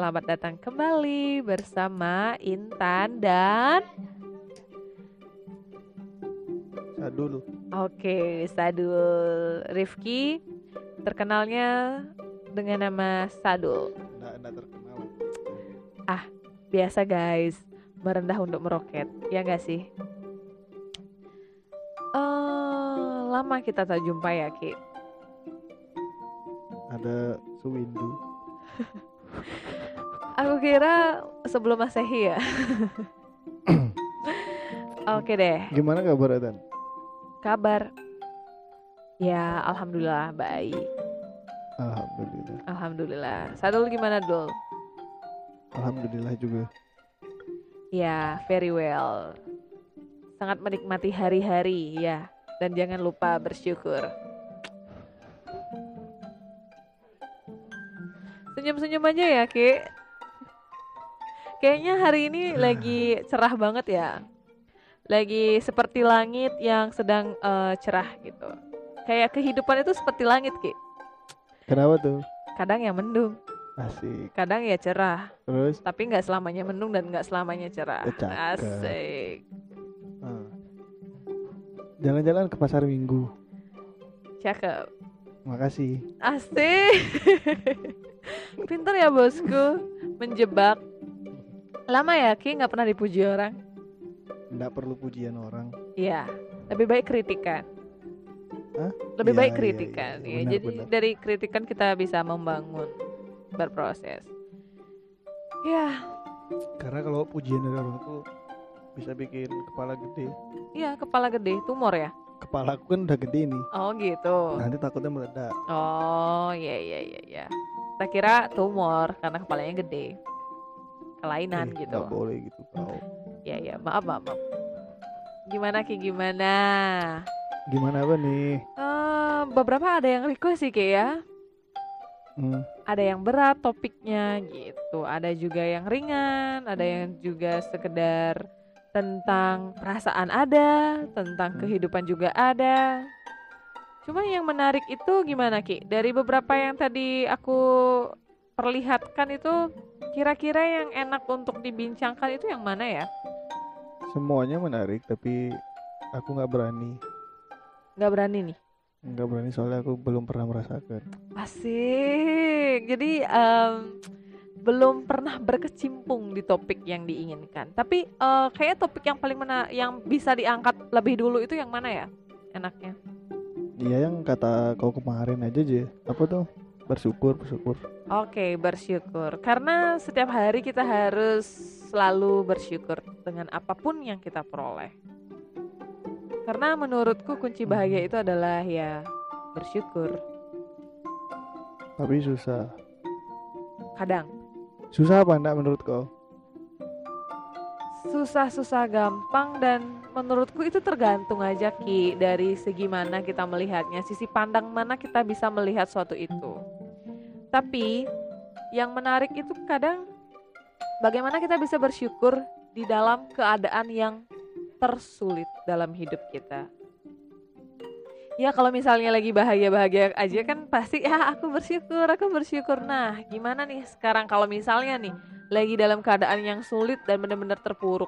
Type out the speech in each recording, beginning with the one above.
selamat datang kembali bersama Intan dan Sadul. Sadul. Rifki terkenalnya dengan nama Sadul. Nggak terkenal. Biasa guys, merendah untuk meroket, ya gak sih? Lama kita tak jumpa ya Ki. Ada Suwindu. Aku kira sebelum Masehi ya. Oke deh, Gimana kabar Dan? kabar? Ya, alhamdulillah baik. Alhamdulillah. Alhamdulillah. Sadul gimana Dul? Alhamdulillah juga. Ya, very well. Sangat menikmati hari-hari ya. Dan jangan lupa bersyukur. Senyum-senyum aja ya Ki. Kayaknya hari ini lagi cerah banget ya. Lagi seperti langit yang sedang cerah gitu. Kayak kehidupan itu seperti langit Ki. Kenapa tuh? Kadang ya mendung, Asik. kadang ya cerah. Terus? Tapi nggak selamanya mendung dan nggak selamanya cerah. Cakep. Asik. Jalan-jalan ke pasar Minggu. Cakep. Makasih. Asik. Pintar ya bosku. Menjebak. Lama ya Ki nggak pernah dipuji orang. Nggak perlu pujian orang. Iya. Lebih baik kritikan. Hah? Lebih Iya, baik iya, kritikan. iya. Ya, Benar, jadi benar. dari kritikan kita bisa membangun, berproses. Ya, Karena kalau pujian dari orang tuh bisa bikin kepala gede. iya kepala gede, tumor ya. Kepalaku kan udah gede nih. Oh gitu. Nanti takutnya meledak. Oh iya. Kita kira tumor karena kepalanya gede. Kelainan gitu. Nggak boleh gitu kau. Iya, maaf. Gimana Ki, gimana? Gimana apa nih? Beberapa ada yang request sih Ki ya. Hmm. Ada yang berat topiknya gitu. Ada juga yang ringan, ada yang juga sekedar tentang perasaan ada, tentang kehidupan juga ada. Cuma yang menarik itu gimana Ki? Dari beberapa yang tadi aku perlihatkan itu, kira-kira yang enak untuk dibincangkan itu yang mana ya? Semuanya menarik tapi aku nggak berani. Nggak berani nih. Nggak berani soalnya aku belum pernah merasakan. Asik. Jadi belum pernah berkecimpung di topik yang diinginkan. Tapi kayaknya topik yang paling yang bisa diangkat lebih dulu itu yang mana ya? Enaknya. Iya yang kata kau kemarin aja. Apa tuh? Bersyukur. Oke, bersyukur. Karena setiap hari kita harus selalu bersyukur dengan apapun yang kita peroleh. Karena menurutku kunci bahagia itu adalah ya bersyukur. Tapi susah. Kadang Susah apa enggak menurut kau? susah gampang dan menurutku itu tergantung aja Ki dari segi mana kita melihatnya, sisi pandang mana kita bisa melihat suatu itu. Tapi yang menarik itu kadang bagaimana kita bisa bersyukur di dalam keadaan yang tersulit dalam hidup kita. Ya kalau misalnya lagi bahagia-bahagia aja kan pasti ya aku bersyukur. Nah gimana nih sekarang kalau misalnya nih lagi dalam keadaan yang sulit dan benar-benar terpuruk.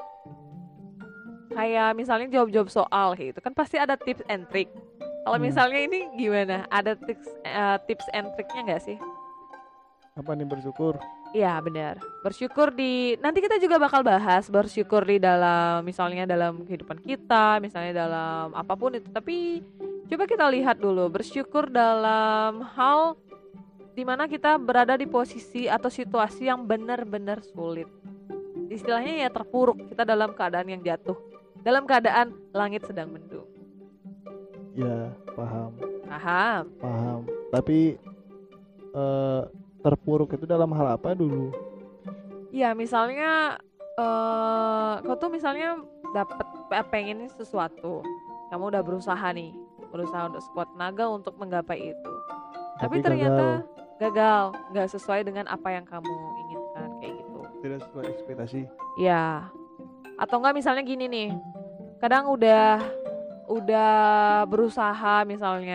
Kayak misalnya jawab-jawab soal gitu kan pasti ada tips and trick. Kalau misalnya ini gimana? Ada tips and tricknya nggak sih? Apa nih bersyukur? Iya benar. Bersyukur nanti kita juga bakal bahas bersyukur di dalam misalnya dalam kehidupan kita, misalnya dalam apapun itu. Tapi coba kita lihat dulu bersyukur dalam hal dimana kita berada di posisi atau situasi yang benar-benar sulit. Istilahnya ya terpuruk, kita dalam keadaan yang jatuh, dalam keadaan langit sedang mendung. Ya paham. Paham. Tapi terpuruk itu dalam hal apa dulu? Ya misalnya kau tuh misalnya dapat pengen sesuatu, kamu udah berusaha untuk sekuat tenaga untuk menggapai itu, tapi ternyata gagal, nggak sesuai dengan apa yang kamu inginkan kayak gitu. Tidak sesuai ekspektasi. Ya, atau enggak misalnya gini nih, kadang udah berusaha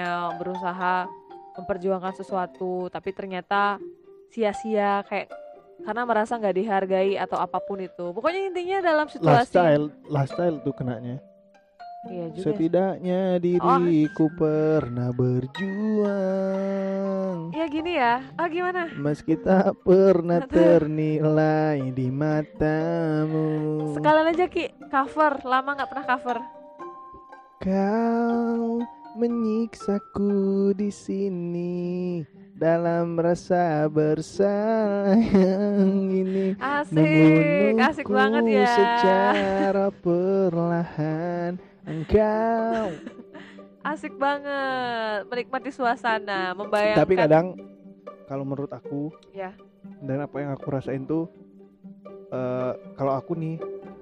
memperjuangkan sesuatu, tapi ternyata sia-sia kayak karena merasa nggak dihargai atau apapun itu. Pokoknya intinya dalam situasi. Lifestyle tuh kenanya. Iya juga sih. Setidaknya diriku pernah berjuang. Ya gini ya. Gimana? Meski tak pernah ternilai di matamu. Sekalian aja Ki cover. Lama nggak pernah cover. Kau menyiksaku di sini dalam rasa bersalah yang ini. Asik banget ya. Secara perlahan engkau. Asik banget menikmati suasana, membayangkan. Tapi kadang kalau menurut aku ya, dan apa yang aku rasain tuh kalau aku nih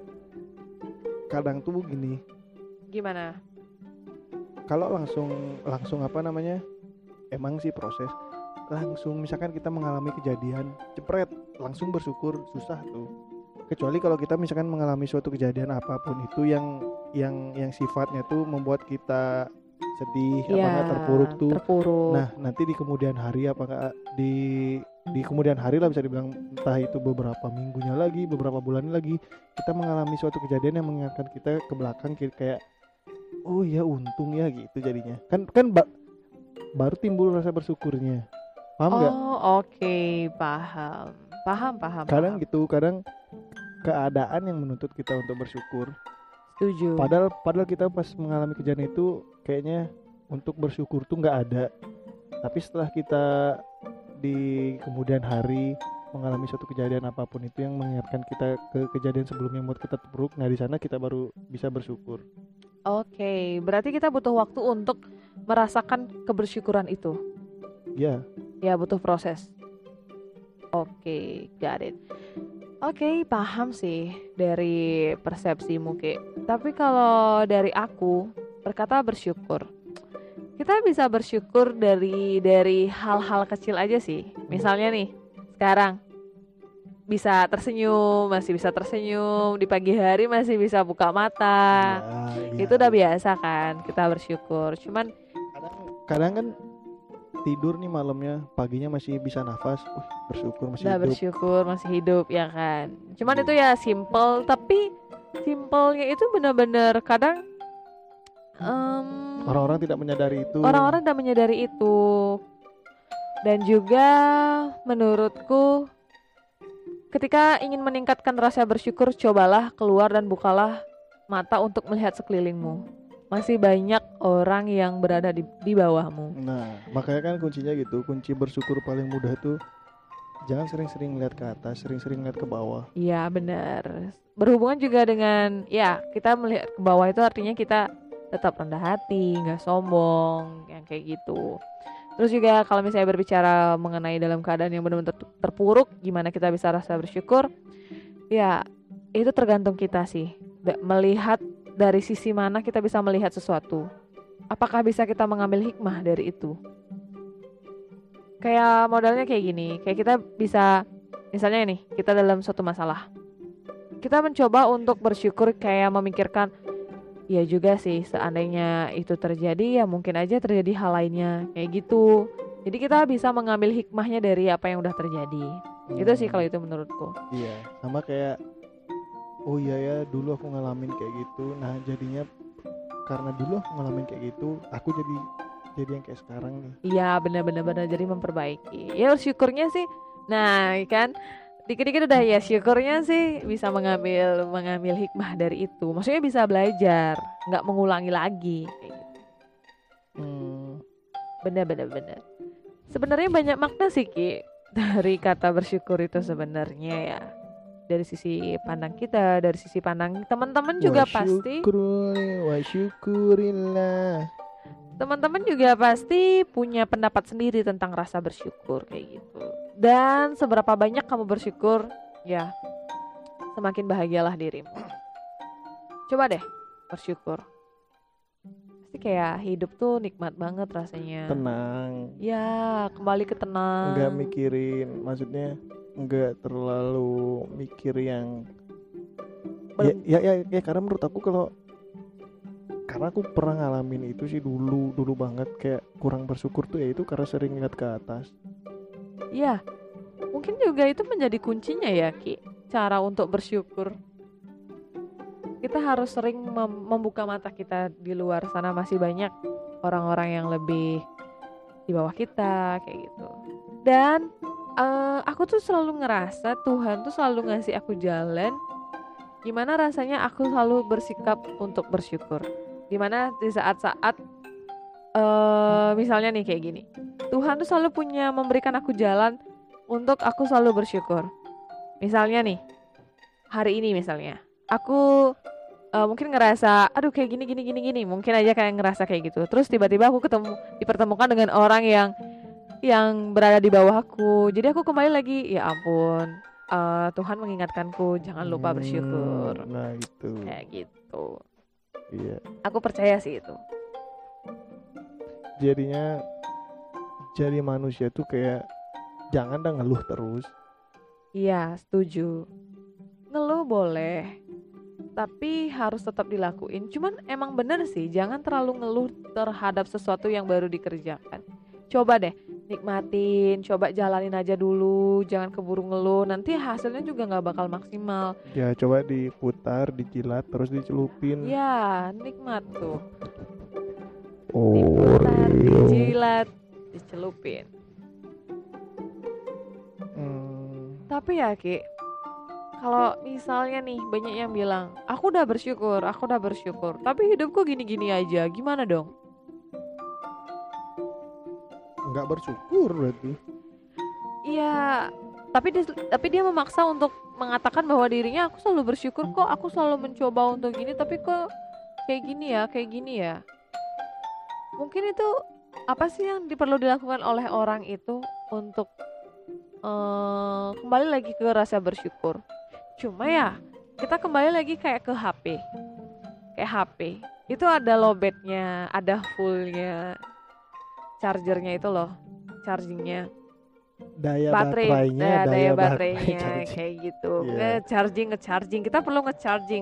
kadang tuh gini. Gimana? Kalau langsung apa namanya? Emang sih proses. Langsung misalkan kita mengalami kejadian, cepret, langsung bersyukur susah tuh. Kecuali kalau kita misalkan mengalami suatu kejadian apapun itu yang sifatnya tuh membuat kita sedih, ya, terpuruk tuh. Terpuruk. Nah, nanti di kemudian hari apakah di kemudian hari lah bisa dibilang entah itu beberapa minggunya lagi, beberapa bulan lagi kita mengalami suatu kejadian yang mengingatkan kita ke belakang kayak oh ya untung ya gitu jadinya. Kan baru timbul rasa bersyukurnya. Paham nggak? Oke, paham. Kadang gitu, kadang keadaan yang menuntut kita untuk bersyukur. Setuju. Padahal kita pas mengalami kejadian itu kayaknya untuk bersyukur tuh nggak ada. Tapi setelah kita di kemudian hari mengalami suatu kejadian apapun itu yang mengingatkan kita ke kejadian sebelumnya yang membuat kita terpuruk, nah di sana kita baru bisa bersyukur. Oke, berarti kita butuh waktu untuk merasakan kebersyukuran itu. Ya. Ya, butuh proses. Oke, got it. Oke, paham sih dari persepsimu, Ki. Tapi kalau dari aku berkata bersyukur, kita bisa bersyukur dari hal-hal kecil aja sih. Misalnya nih, sekarang bisa tersenyum, masih bisa tersenyum, di pagi hari masih bisa buka mata. Ya. Itu udah biasa kan, kita bersyukur. Cuman kadang kan tidur nih malamnya, paginya masih bisa nafas, bersyukur masih udah hidup. Bersyukur masih hidup ya kan. Cuman itu ya simple, tapi simpelnya itu benar-benar kadang orang-orang tidak menyadari itu. Orang-orang tidak menyadari itu. Dan juga menurutku ketika ingin meningkatkan rasa bersyukur, cobalah keluar dan bukalah mata untuk melihat sekelilingmu. Masih banyak orang yang berada di bawahmu. Nah, makanya kan kuncinya gitu. Kunci bersyukur paling mudah tuh jangan sering-sering lihat ke atas, sering-sering lihat ke bawah. Iya, benar. Berhubungan juga dengan ya, kita melihat ke bawah itu artinya kita tetap rendah hati, nggak sombong, yang kayak gitu. Terus juga kalau misalnya berbicara mengenai dalam keadaan yang benar-benar terpuruk, gimana kita bisa rasa bersyukur? Ya, itu tergantung kita sih. Melihat dari sisi mana kita bisa melihat sesuatu. Apakah bisa kita mengambil hikmah dari itu? Kayak modalnya kayak gini, kayak kita bisa, misalnya nih, kita dalam suatu masalah. Kita mencoba untuk bersyukur kayak memikirkan, ya juga sih seandainya itu terjadi ya mungkin aja terjadi hal lainnya kayak gitu. Jadi kita bisa mengambil hikmahnya dari apa yang udah terjadi. Itu sih kalau itu menurutku. Iya, sama kayak oh iya ya dulu aku ngalamin kayak gitu. Nah jadinya karena dulu aku ngalamin kayak gitu, aku jadi yang kayak sekarang nih. Iya benar-benar jadi memperbaiki. Ya syukurnya sih. Nah kan dikit-dikit udah ya syukurnya sih bisa mengambil hikmah dari itu. Maksudnya bisa belajar, nggak mengulangi lagi kayak gitu. Benar. Sebenarnya banyak makna sih Ki dari kata bersyukur itu sebenarnya ya. Dari sisi pandang kita, dari sisi pandang teman-teman juga pasti. Wa syukurillah. Teman-teman juga pasti punya pendapat sendiri tentang rasa bersyukur kayak gitu. Dan seberapa banyak kamu bersyukur, ya semakin bahagialah dirimu. Coba deh bersyukur. Pasti kayak hidup tuh nikmat banget rasanya. Tenang. Ya, kembali ke tenang. Enggak mikirin, maksudnya enggak terlalu mikir yang ya karena menurut aku karena aku pernah ngalamin itu sih dulu banget, kayak kurang bersyukur tuh ya itu karena sering lihat ke atas. Iya. Mungkin juga itu menjadi kuncinya ya Ki, cara untuk bersyukur. Kita harus sering membuka mata kita, di luar sana masih banyak orang-orang yang lebih di bawah kita kayak gitu. Dan aku tuh selalu ngerasa Tuhan tuh selalu ngasih aku jalan gimana rasanya aku selalu bersikap untuk bersyukur. Dimana di saat-saat misalnya nih kayak gini, Tuhan tuh selalu punya memberikan aku jalan untuk aku selalu bersyukur. Misalnya nih, hari ini misalnya aku mungkin ngerasa aduh kayak gini, mungkin aja kayak ngerasa kayak gitu. Terus tiba-tiba aku dipertemukan dengan orang yang berada di bawahku. Jadi aku kembali lagi, ya ampun, Tuhan mengingatkanku jangan lupa bersyukur. Nah itu. Kayak gitu. Iya. Aku percaya sih itu. Jadinya jadi manusia tuh kayak jangan dah ngeluh terus. Iya, setuju. Ngeluh boleh, tapi harus tetap dilakuin. Cuman emang bener sih, jangan terlalu ngeluh terhadap sesuatu yang baru dikerjakan. Coba deh nikmatin, coba jalanin aja dulu, jangan keburu ngeluh, nanti hasilnya juga gak bakal maksimal. Ya coba diputar, dijilat, terus dicelupin. Ya nikmat tuh, Oh, diputar, dijilat, dicelupin. Tapi ya Ki, kalau misalnya nih banyak yang bilang aku udah bersyukur, tapi hidupku gini-gini aja, gimana dong? nggak bersyukur berarti. Iya, tapi dia memaksa untuk mengatakan bahwa dirinya aku selalu bersyukur kok, aku selalu mencoba untuk gini, tapi kok kayak gini ya. Mungkin itu apa sih yang perlu dilakukan oleh orang itu untuk kembali lagi ke rasa bersyukur. Cuma ya kita kembali lagi kayak ke HP. Kayak HP itu ada lowbatnya, ada fullnya, chargernya itu loh, chargingnya, Daya baterainya charging. kayak gitu. Yeah. Ngecharging kita perlu ngecharge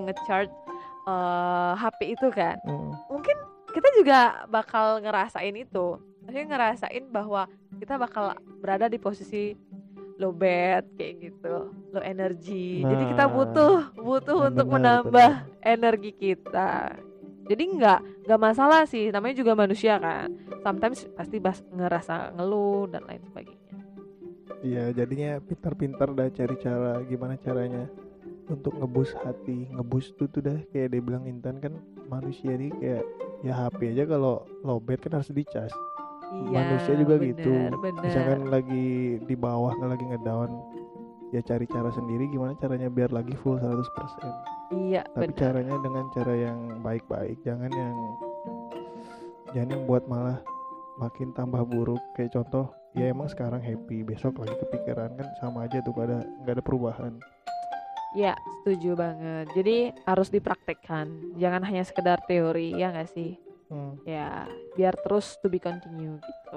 HP itu kan. Mungkin kita juga bakal ngerasain itu, maksudnya ngerasain bahwa kita bakal berada di posisi low bat kayak gitu, low energy. Jadi kita butuh untuk menambah energi kita. Jadi nggak masalah sih, namanya juga manusia kan. Sometimes pasti ngerasa ngeluh dan lain sebagainya. Iya, jadinya pintar-pintar dah cari cara gimana caranya untuk ngebus hati. Ngebus tuh dah kayak dia bilang Intan kan, manusia nih kayak ya HP aja kalau lowbat kan harus dicas. Iya, manusia juga bener, gitu. Bener. Misalkan lagi di bawah, lagi ngedown, ya cari cara sendiri gimana caranya biar lagi full 100%. Iya, tapi bener. Caranya dengan cara yang baik-baik, jangan yang buat malah makin tambah buruk. Kayak contoh, ya emang sekarang happy, besok lagi kepikiran, kan sama aja tuh, nggak ada perubahan. Ya, setuju banget. Jadi harus dipraktekkan, jangan hanya sekedar teori, ya nggak sih? Ya, biar terus to be continue gitu.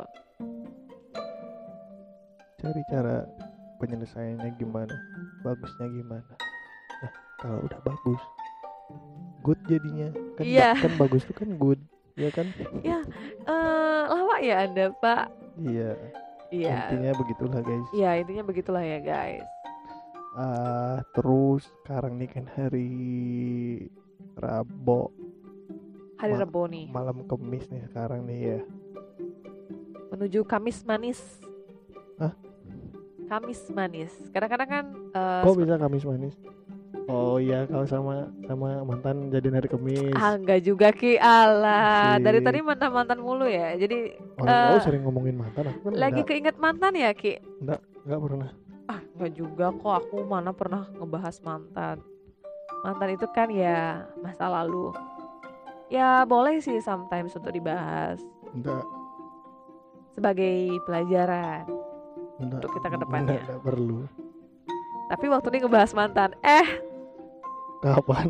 Cari cara penyelesaiannya gimana, bagusnya gimana. Nah, kalau udah bagus, good jadinya kan. Iya. Kan bagus tuh kan good, ya kan? Ya, lama ya Anda Pak. Iya. Intinya begitulah guys. Iya, intinya begitulah ya guys. Terus sekarang nih kan hari Rabu. Hari Rabu nih. Malam Kamis nih sekarang nih ya. Menuju Kamis manis. Hah? Kamis manis. Kadang-kadang kan kok bisa Kamis manis? Oh iya, kalau sama mantan jadi hari Kamis. Enggak juga Ki, alah. Dari tadi mantan mulu ya. Jadi sering ngomongin mantan. Aku kan lagi keinget mantan ya Ki? Enggak pernah. Enggak juga kok, aku mana pernah ngebahas mantan. Mantan itu kan ya masa lalu. Ya boleh sih sometimes untuk dibahas. Enggak. Sebagai pelajaran untuk kita ke depannya. Enggak perlu. Tapi waktu ini ngebahas mantan, kapan?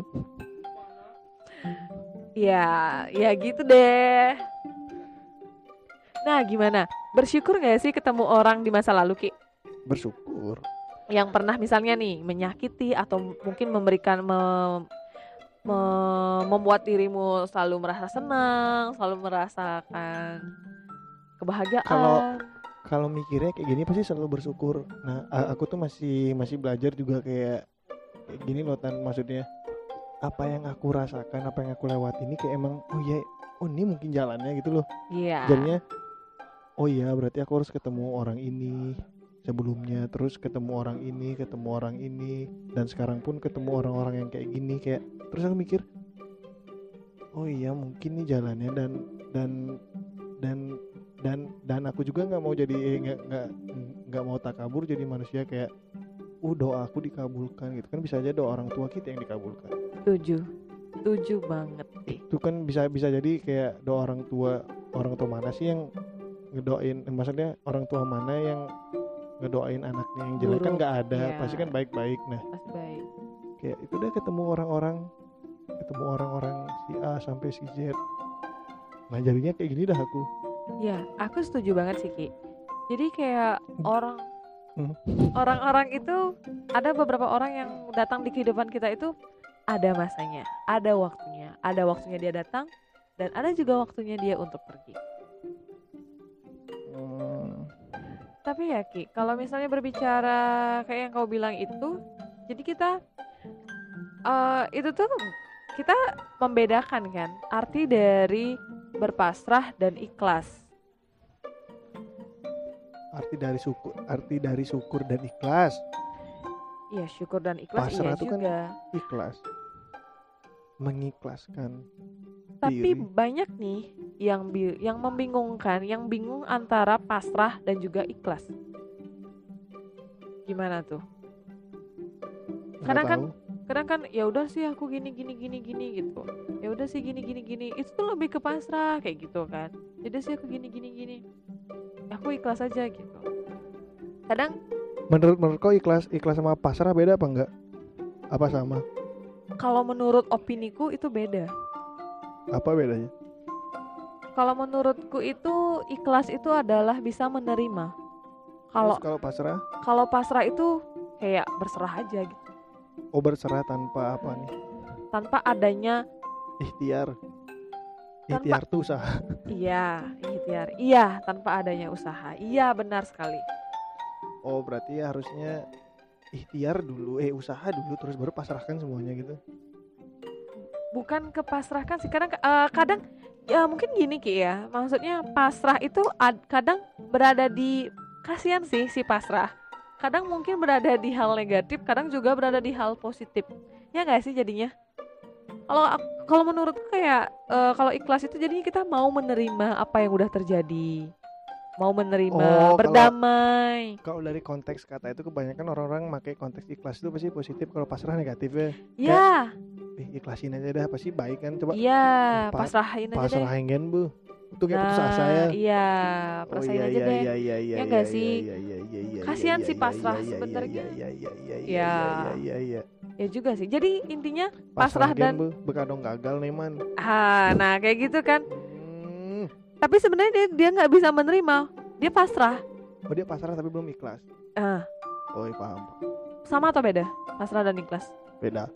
Ya gitu deh. Nah gimana? Bersyukur gak sih ketemu orang di masa lalu Ki? Bersyukur. Yang pernah misalnya nih menyakiti atau mungkin memberikan membuat dirimu selalu merasa senang, selalu merasakan kebahagiaan. kalau mikirnya kayak gini pasti selalu bersyukur. Nah, aku tuh masih belajar juga kayak gini loh Tan, maksudnya apa yang aku rasakan, apa yang aku lewat ini kayak emang oh iya, oh ini mungkin jalannya gitu loh. Iya. Jadinya oh iya berarti aku harus ketemu orang ini sebelumnya, terus ketemu orang ini, dan sekarang pun ketemu orang-orang yang kayak gini, kayak terus aku mikir oh iya mungkin nih jalannya, dan dan dan aku juga nggak mau jadi nggak mau takabur jadi manusia kayak doa aku dikabulkan gitu kan, bisa aja doa orang tua kita yang dikabulkan. Setuju banget. Itu kan bisa jadi kayak doa orang tua mana sih yang ngedoain, maksudnya orang tua mana yang ngedoain anaknya yang jelek? Kan nggak ada, Iya. pasti kan baik-baik. Nah Pasti baik. kayak itu udah ketemu orang-orang si A sampai si Z, nah jadinya kayak gini dah aku. Ya, aku setuju banget sih Ki. Jadi kayak Hmm. orang-orang itu, ada beberapa orang yang datang di kehidupan kita itu ada masanya, ada waktunya dia datang, dan ada juga waktunya dia untuk pergi. Tapi ya Ki, kalau misalnya berbicara kayak yang kau bilang itu, jadi kita itu tuh kita membedakan kan arti dari berpasrah dan ikhlas. Arti dari syukur dan ikhlas. Iya, syukur dan ikhlas. Pasrah iya itu kan juga. Ikhlas, mengikhlaskan Tapi diri. banyak nih yang membingungkan, yang bingung antara pasrah dan juga ikhlas. Gimana tuh? Nggak tahu. Kadang kan ya udah sih aku gini gitu. Ya udah sih gini. Itu tuh lebih ke pasrah kayak gitu kan. Jadi sih aku gini. Aku ikhlas aja gitu. Kadang Menurut kau ikhlas sama pasrah beda apa enggak? Apa sama? kalau menurut opiniku itu beda. Apa bedanya? Kalau menurutku itu ikhlas itu adalah bisa menerima. Terus kalau pasrah? Kalau pasrah itu kayak berserah aja gitu. Oh, berserah tanpa apa nih? Tanpa adanya Ikhtiar. Ikhtiar tuh usaha. ikhtiar. Iya, tanpa adanya usaha. Iya, benar sekali. Oh, berarti harusnya ikhtiar dulu, usaha dulu terus baru pasrahkan semuanya gitu. Bukan kepasrahkan sih, kadang ya mungkin gini Ki ya. Maksudnya pasrah itu kadang berada di, kasihan sih si pasrah. Kadang mungkin berada di hal negatif, kadang juga berada di hal positif. Ya enggak sih jadinya? Kalau menurutku kayak kalau ikhlas itu jadinya kita mau menerima apa yang udah terjadi, mau menerima, berdamai. Kalau dari konteks kata itu kebanyakan orang-orang pakai konteks ikhlas itu pasti positif, kalau pasrah negatif ya. Ya. Ikhlasin aja dah, pasti baik kan, coba. Iya, pasrahin aja deh. Pasrahin kan bu. Itu kayak putus asa ya. Iya, pasrahin aja deh. Iya enggak sih? Kasihan si pasrah sebenarnya. Iya. Ya juga sih. Jadi intinya pasrah dan bekadong gagal nih man. Nah kayak gitu kan. Tapi sebenarnya dia nggak bisa menerima. Dia pasrah. Oh, dia pasrah tapi belum ikhlas. Oh, paham. Sama atau beda? Pasrah dan ikhlas? Beda.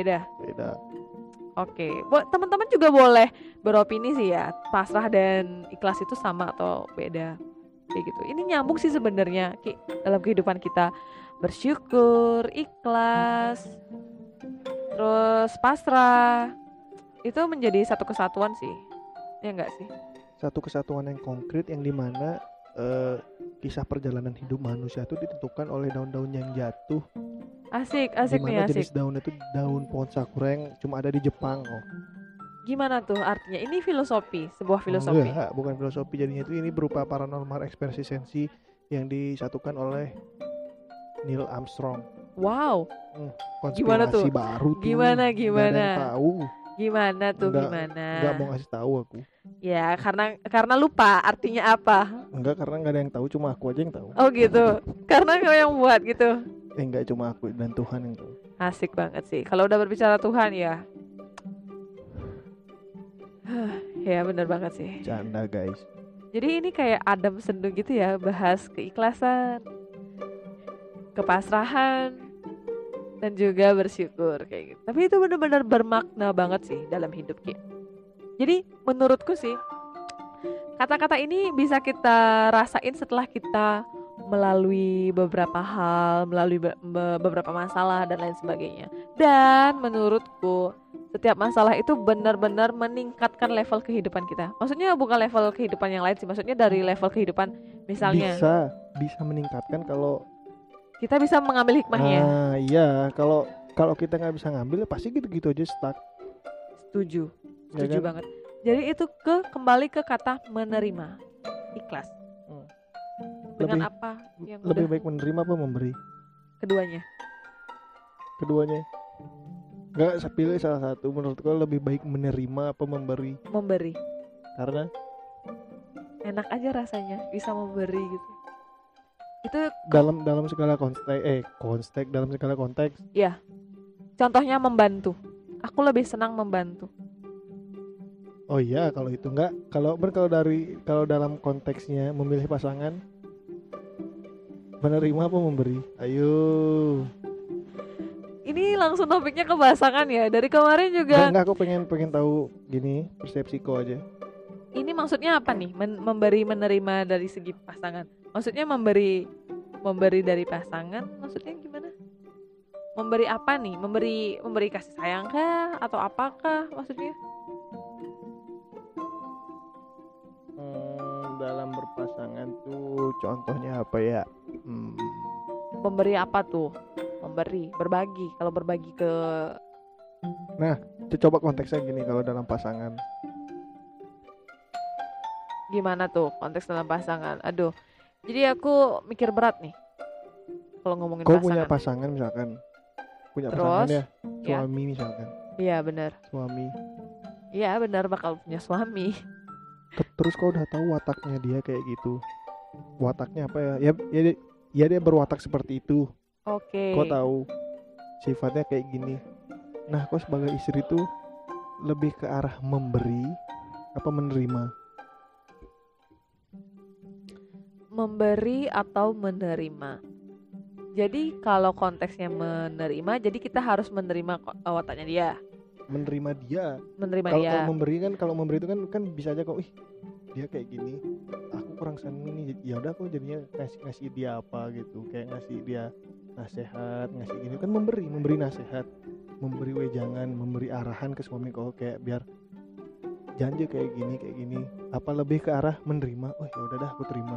Oke, buat teman-teman juga boleh beropini sih ya, pasrah dan ikhlas itu sama atau beda kayak gitu. Ini nyambung sih sebenarnya dalam kehidupan kita. Bersyukur, ikhlas, terus pasrah, itu menjadi satu kesatuan sih, ya enggak sih? Satu kesatuan yang konkret, yang dimana kisah perjalanan hidup manusia itu ditentukan oleh daun-daun yang jatuh. Asik dimana nih, asik. Jenis daun itu daun pohon sakura yang cuma ada di Jepang. Gimana tuh artinya? Ini filosofi, sebuah filosofi. Enggak, bukan filosofi, jadinya itu ini berupa paranormal experience yang disatukan oleh Neil Armstrong. Wow. Konspirasi gimana tuh? Baru tuh. Gimana? Gak ada yang tahu. Gimana tuh? Enggak mau ngasih tahu aku. Ya karena lupa artinya apa? Enggak, karena nggak ada yang tahu, cuma aku aja yang tahu. Oh gitu. Karena kau yang buat gitu. Enggak, cuma aku dan Tuhan yang tahu. Asik banget sih. Kalau udah berbicara Tuhan ya. Ya benar banget sih. Canda guys. Jadi ini kayak adem sendu gitu ya, bahas keikhlasan, kepasrahan, dan juga bersyukur kayak gitu. Tapi itu benar-benar bermakna banget sih dalam hidup kita. Jadi menurutku sih Kata-kata ini bisa kita rasain setelah kita melalui beberapa hal, melalui beberapa masalah dan lain sebagainya. Dan menurutku setiap masalah itu benar-benar meningkatkan level kehidupan kita. Maksudnya bukan level kehidupan yang lain sih, maksudnya dari level kehidupan misalnya Bisa meningkatkan kalau kita bisa mengambil hikmahnya. Iya, kalau kita nggak bisa ngambil pasti gitu-gitu aja stuck. Setuju Ya kan? banget. Jadi itu kembali ke kata menerima, ikhlas. Dengan Lebih- apa yang Lebih udah baik menerima apa memberi? keduanya. Nggak, saya pilih salah satu. Menurutku lebih baik menerima apa memberi? Memberi. Karena Enak aja rasanya bisa memberi gitu. Itu dalam segala dalam segala konteks. contohnya membantu. Aku lebih senang membantu. Oh iya, kalau itu enggak. Kalau dalam konteksnya memilih pasangan, menerima apa memberi? Ayo. Ini langsung topiknya ke pasangan ya. Dari kemarin juga. Enggak, aku pengen tahu gini persepsiku aja. Ini maksudnya apa nih? Memberi menerima dari segi pasangan. Maksudnya memberi dari pasangan. Maksudnya gimana? Memberi apa nih? Memberi kasih sayang kah atau apakah maksudnya? Dalam berpasangan tuh contohnya apa ya? Memberi apa tuh? Memberi, berbagi. Kalau berbagi ke Coba konteksnya gini kalau dalam pasangan. gimana tuh konteks dalam pasangan? Aduh. Jadi aku mikir berat nih. Kalau ngomongin Kau pasangan. punya pasangan misalkan. Punya Terus? pasangan ya, Ya. suami misalkan. Iya benar. Suami. Iya benar bakal punya suami. Terus kau udah tahu wataknya dia kayak gitu. Wataknya apa ya? Ya dia berwatak seperti itu. Oke. Kau tahu sifatnya kayak gini. Nah, kau sebagai istri tuh lebih ke arah memberi apa menerima? Memberi atau menerima. Jadi kalau konteksnya menerima, jadi kita harus menerima wataknya dia, Menerima dia. menerima Kalau dia. kalau memberi itu kan bisa aja kok, dia kayak gini, aku kurang seneng nih, ya udah aku jadinya ngasih dia apa gitu, kayak ngasih dia nasihat, ngasih gini kan memberi nasihat, memberi wejangan, memberi arahan ke suami kau kayak biar janji kayak gini, apa lebih ke arah menerima, oh ya udah dah aku terima.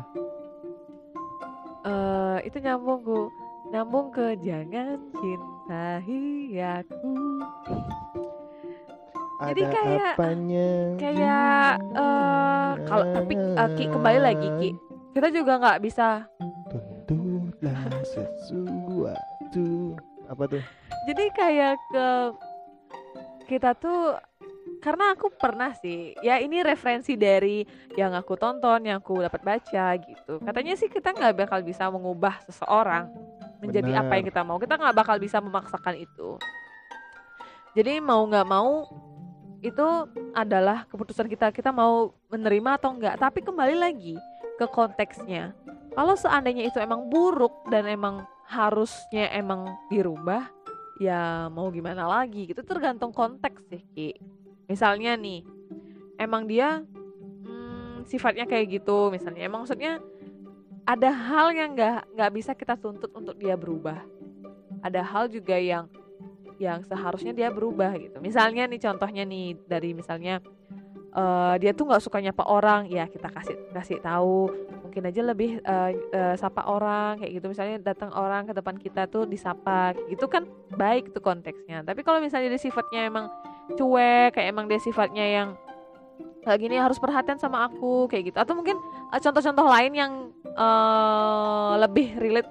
Itu nyambung ke jangan cintai aku. Jadi Ada kayak- apanya Kalau tapi Ki kembali lagi Ki, kita juga nggak bisa. tentulah sesuatu apa tuh. Jadi kayak kita tuh, karena aku pernah sih, ya ini referensi dari yang aku tonton, yang aku dapat baca gitu. Katanya sih kita nggak bakal bisa mengubah seseorang menjadi Benar. apa yang kita mau. Kita nggak bakal bisa memaksakan itu. Jadi mau nggak mau itu adalah keputusan kita. Kita mau menerima atau enggak. Tapi kembali lagi ke konteksnya. Kalau seandainya itu emang buruk dan emang harusnya emang dirubah, ya mau gimana lagi gitu, tergantung konteks sih Ki. Misalnya nih emang dia sifatnya kayak gitu, misalnya emang maksudnya ada hal yang nggak bisa kita tuntut untuk dia berubah, ada hal juga yang seharusnya dia berubah gitu. Misalnya nih contohnya nih dari misalnya dia tuh nggak suka nyapa orang, ya kita kasih tahu, mungkin aja lebih sapa orang kayak gitu. Misalnya datang orang ke depan kita tuh disapa kayak gitu kan baik tuh konteksnya. Tapi kalau misalnya dia sifatnya emang cuek, kayak emang dia sifatnya yang kayak gini, harus perhatian sama aku kayak gitu, atau mungkin contoh-contoh lain yang lebih relate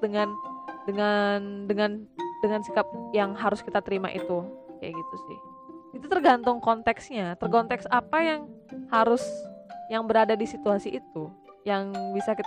dengan sikap yang harus kita terima itu kayak gitu sih. Itu tergantung konteksnya, terkonteks apa yang berada di situasi itu, yang bisa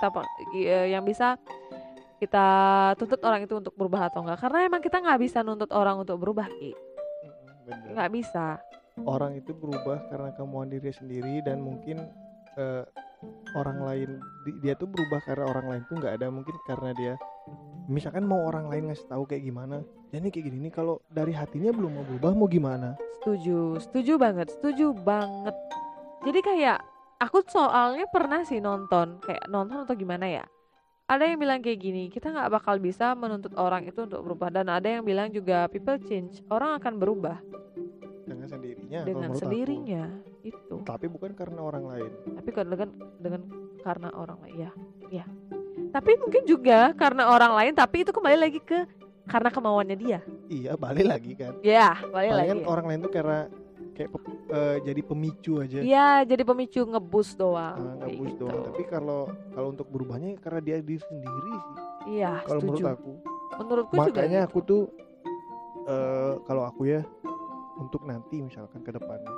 kita tuntut orang itu untuk berubah atau enggak. Karena emang kita nggak bisa nuntut orang untuk berubah Ki. Bener. Nggak bisa. Orang itu berubah karena kemauan diri sendiri, dan mungkin orang lain dia tuh berubah karena orang lain tuh nggak ada, mungkin karena dia misalkan mau orang lain ngasih tahu kayak gimana, dan ini kayak gini nih, kalau dari hatinya belum mau berubah mau gimana. Setuju banget. Jadi kayak Aku soalnya pernah sih nonton, kayak nonton atau gimana ya. Ada yang bilang kayak gini, kita nggak bakal bisa menuntut orang itu untuk berubah. Dan ada yang bilang juga people change, orang akan berubah dengan sendirinya kalau dengan menurut sendirinya itu. aku. Tapi bukan karena orang lain. Tapi dengan karena orang lain ya, ya. Tapi mungkin juga karena orang lain, tapi itu kembali lagi ke karena kemauannya dia. Iya, balik lagi kan. Ya, balik lagi. Palingan orang lain tuh karena kayak jadi pemicu aja. Iya, jadi pemicu ngebus doang. kayak Ngebus gitu. doang. Tapi kalau untuk berubahnya karena dia diri sendiri sih. Iya, Kalau setuju. menurut aku. Menurutku juga Makanya gitu. aku tuh kalau aku ya untuk nanti misalkan ke depannya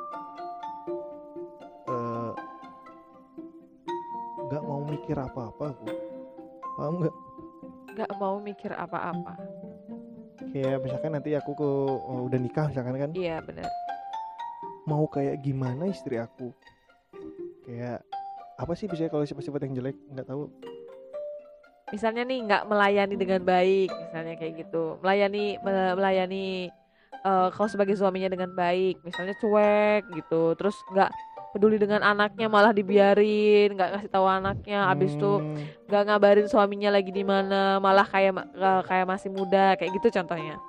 nggak mau mikir apa-apa aku. Paham nggak? Nggak mau mikir apa-apa. Kayak misalkan nanti aku udah nikah misalkan kan. Iya, benar. Mau kayak gimana istri aku? Kayak apa sih biasanya kalau sifat-sifat yang jelek nggak tahu. Misalnya nih nggak melayani dengan baik, misalnya kayak gitu. Melayani kau sebagai suaminya dengan baik, misalnya cuek gitu. Terus nggak peduli dengan anaknya, malah dibiarin, nggak ngasih tahu anaknya. Abis itu nggak ngabarin suaminya lagi di mana, malah kayak masih muda, kayak gitu contohnya.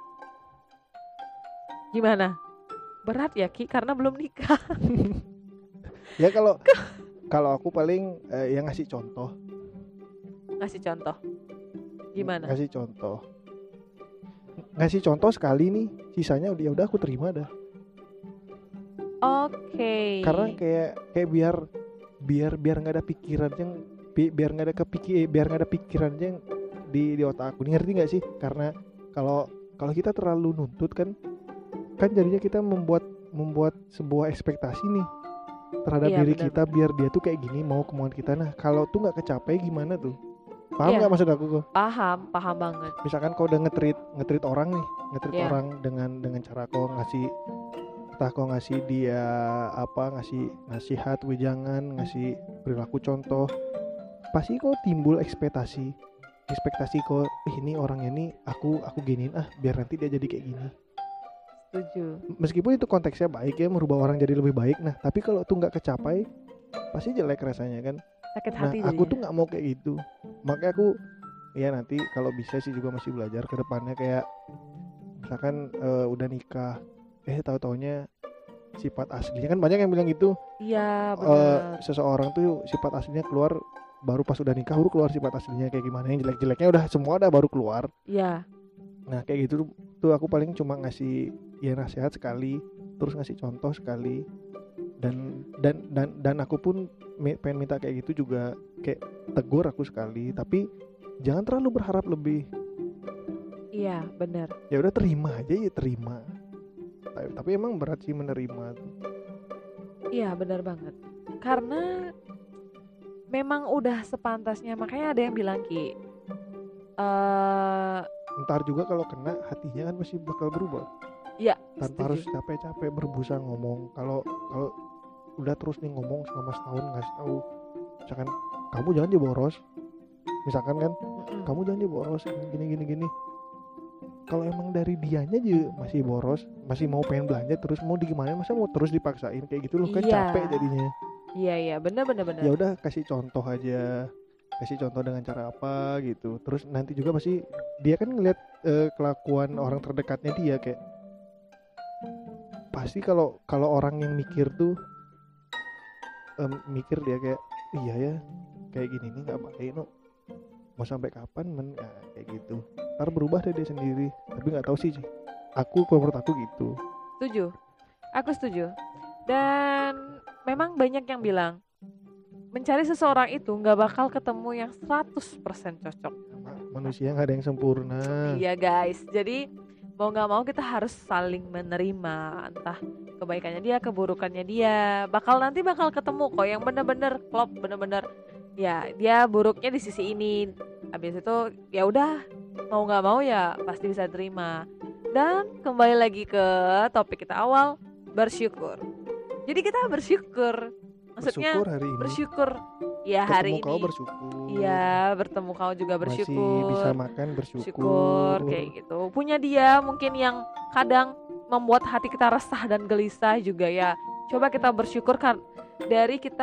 Gimana? Berat ya Ki, karena belum nikah. Ya kalau aku paling yang ngasih contoh. Ngasih contoh. Gimana? Ngasih contoh sekali nih, sisanya udah aku terima dah. Oke. Karena kayak biar nggak ada pikiran yang biar nggak ada pikiran yang di otak aku. Ngerti nggak sih? Karena kalau kita terlalu nuntut kan jadinya kita membuat sebuah ekspektasi nih terhadap Iya, diri benar, kita, biar dia tuh kayak gini, mau kemauan kita. Nah kalau tuh nggak kecapai gimana tuh? Paham Iya. nggak maksud aku kok? Paham banget. Misalkan kau udah nge-treat orang nih, Iya. orang dengan cara kau ngasih, entah kau ngasih dia ngasih nasihat, wejangan, ngasih perilaku contoh, pasti kau timbul ekspektasi kau, ini orangnya nih aku giniin biar nanti dia jadi kayak gini. Setuju. Meskipun itu konteksnya baik ya, merubah orang jadi lebih baik. Nah tapi kalau tuh nggak kecapai pasti jelek rasanya kan. Sakit Nah hati aku jadinya. tuh nggak mau kayak gitu. Makanya aku ya nanti kalau bisa sih juga masih belajar ke depannya, kayak misalkan udah nikah tahu-taunya sifat aslinya, kan banyak yang bilang gitu. Iya, benar. Seseorang tuh sifat aslinya keluar baru pas udah nikah, baru keluar sifat aslinya kayak gimana, yang jelek-jeleknya udah semua baru keluar. Iya. Nah kayak gitu tuh aku paling cuma ngasih ya nasihat sekali, terus ngasih contoh sekali, dan aku pun pengen minta kayak gitu juga, kayak tegur aku sekali, tapi jangan terlalu berharap lebih. Iya, benar. Ya udah terima aja, ya terima. Tapi emang berat sih menerima tuh. Iya, benar banget. Karena memang udah sepantasnya, makanya ada yang bilang Ki, Ntar juga kalau kena hatinya kan masih bakal berubah. Iya, Tanpa setuju. harus capek-capek berbusa ngomong. Kalau udah terus nih ngomong selama setahun ngasih tahu, misalkan kamu jangan dia boros, misalkan kan, kamu jangan dia boros gini. Kalau emang dari dianya aja masih boros, masih mau pengen belanja terus, mau digimana, masa mau terus dipaksain kayak gitu loh, kan Iya. capek jadinya. Iya, benar. Ya udah kasih contoh aja, kasih contoh dengan cara apa gitu. Terus nanti juga pasti dia kan ngeliat kelakuan orang terdekatnya dia, kayak pasti kalau orang yang mikir tuh mikir dia kayak iya ya kayak gini nih nggak baik no, mau sampai kapan ya, kayak gitu. Ntar berubah deh dia sendiri, tapi nggak tahu sih. Aku kalau menurut aku gitu. Setuju. Aku setuju. Dan memang banyak yang bilang mencari seseorang itu nggak bakal ketemu yang 100% cocok. Manusia nggak ada yang sempurna. Iya guys, jadi mau nggak mau kita harus saling menerima, entah kebaikannya dia, keburukannya dia. Nanti bakal ketemu kok yang bener-bener klop, bener-bener ya dia buruknya di sisi ini. Habis itu ya udah, mau nggak mau ya pasti bisa terima. Dan kembali lagi ke topik kita awal, bersyukur. Jadi kita bersyukur. Maksudnya Bersyukur hari ini. bersyukur ya Ketemu hari kau ini. bersyukur. Iya, bertemu kau juga bersyukur. Masih bisa makan bersyukur. Syukur kayak gitu. Punya dia mungkin yang kadang membuat hati kita resah dan gelisah juga ya. Coba kita bersyukur kan dari kita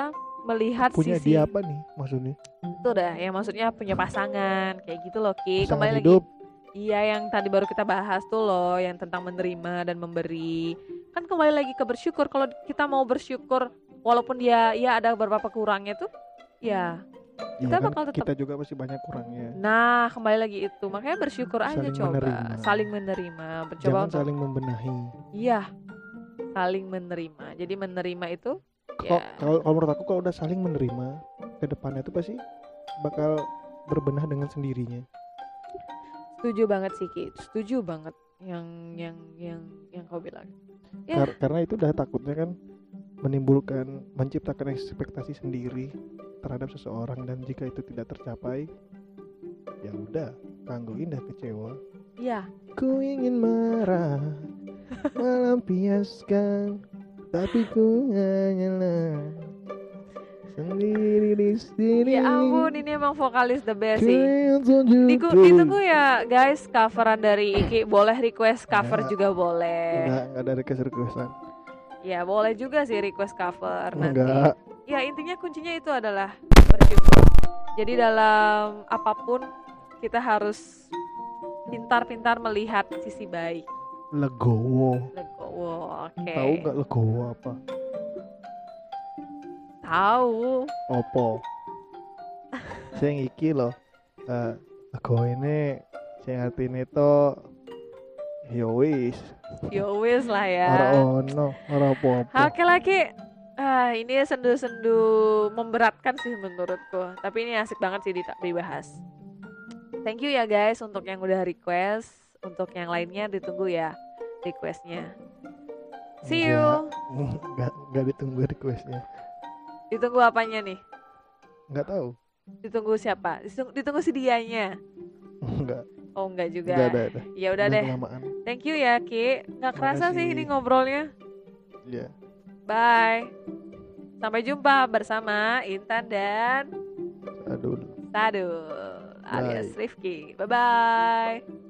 melihat Punya sisi dia apa nih maksudnya? itu dah, yang maksudnya punya pasangan kayak gitu loh Ki. Pasangan Kembali lagi, hidup. iya yang tadi baru kita bahas tuh loh, yang tentang menerima dan memberi. Kan kembali lagi ke bersyukur. Kalau kita mau bersyukur, walaupun dia ya ada beberapa kurangnya tuh, ya Iya kita kan bakal tetap. kita juga masih banyak kurangnya. Nah, kembali lagi itu. Makanya bersyukur aja Saling coba. menerima. Saling menerima. Mencoba Jangan untuk saling membenahi. iya, saling menerima. Jadi menerima itu ya Kalau menurut aku kalau udah saling menerima, ke depannya itu pasti bakal berbenah dengan sendirinya. setuju banget sih Ki. Setuju banget yang kau bilang. Ya, Karena itu udah takutnya kan menciptakan ekspektasi sendiri terhadap seseorang, dan jika itu tidak tercapai, ya udah, kanggo indah kecewa. iya. Ku ingin marah, melampiaskan, tapi ku hanyalah sendiri di sini. Ya ampun, ini emang vokalis the best Ku sih. ingin tunjukin. Ditunggu ya guys, coveran dari Iki. Boleh request cover Enggak. juga boleh. Enggak ada request-requestan. Ya boleh juga sih request cover nanti. Enggak. Ya intinya kuncinya itu adalah bersyukur. Jadi dalam apapun kita harus pintar-pintar melihat sisi baik. Legowo. Legowo, oke. Tahu nggak legowo apa? Tahu. Opo? Saya iki loh. Legowo ini saya artine to yo wis. Yo wis lah ya. Ora ono, ora apa-apa. Oke lagi. Ini sendu-sendu memberatkan sih menurutku. Tapi ini asik banget sih dibahas. Thank you ya guys untuk yang udah request. Untuk yang lainnya ditunggu ya requestnya. See you. Enggak ditunggu requestnya. Ditunggu apanya nih? Enggak tahu. Ditunggu siapa? Ditunggu si dianya. Enggak. Oh enggak juga. Enggak ada. Ya udah deh. Kelamaan. Thank you ya Ki. Nggak kerasa sih Makasih. ini ngobrolnya. Iya. Bye. Sampai jumpa bersama Intan dan Aduh. Sadul alias Rifki. Bye bye.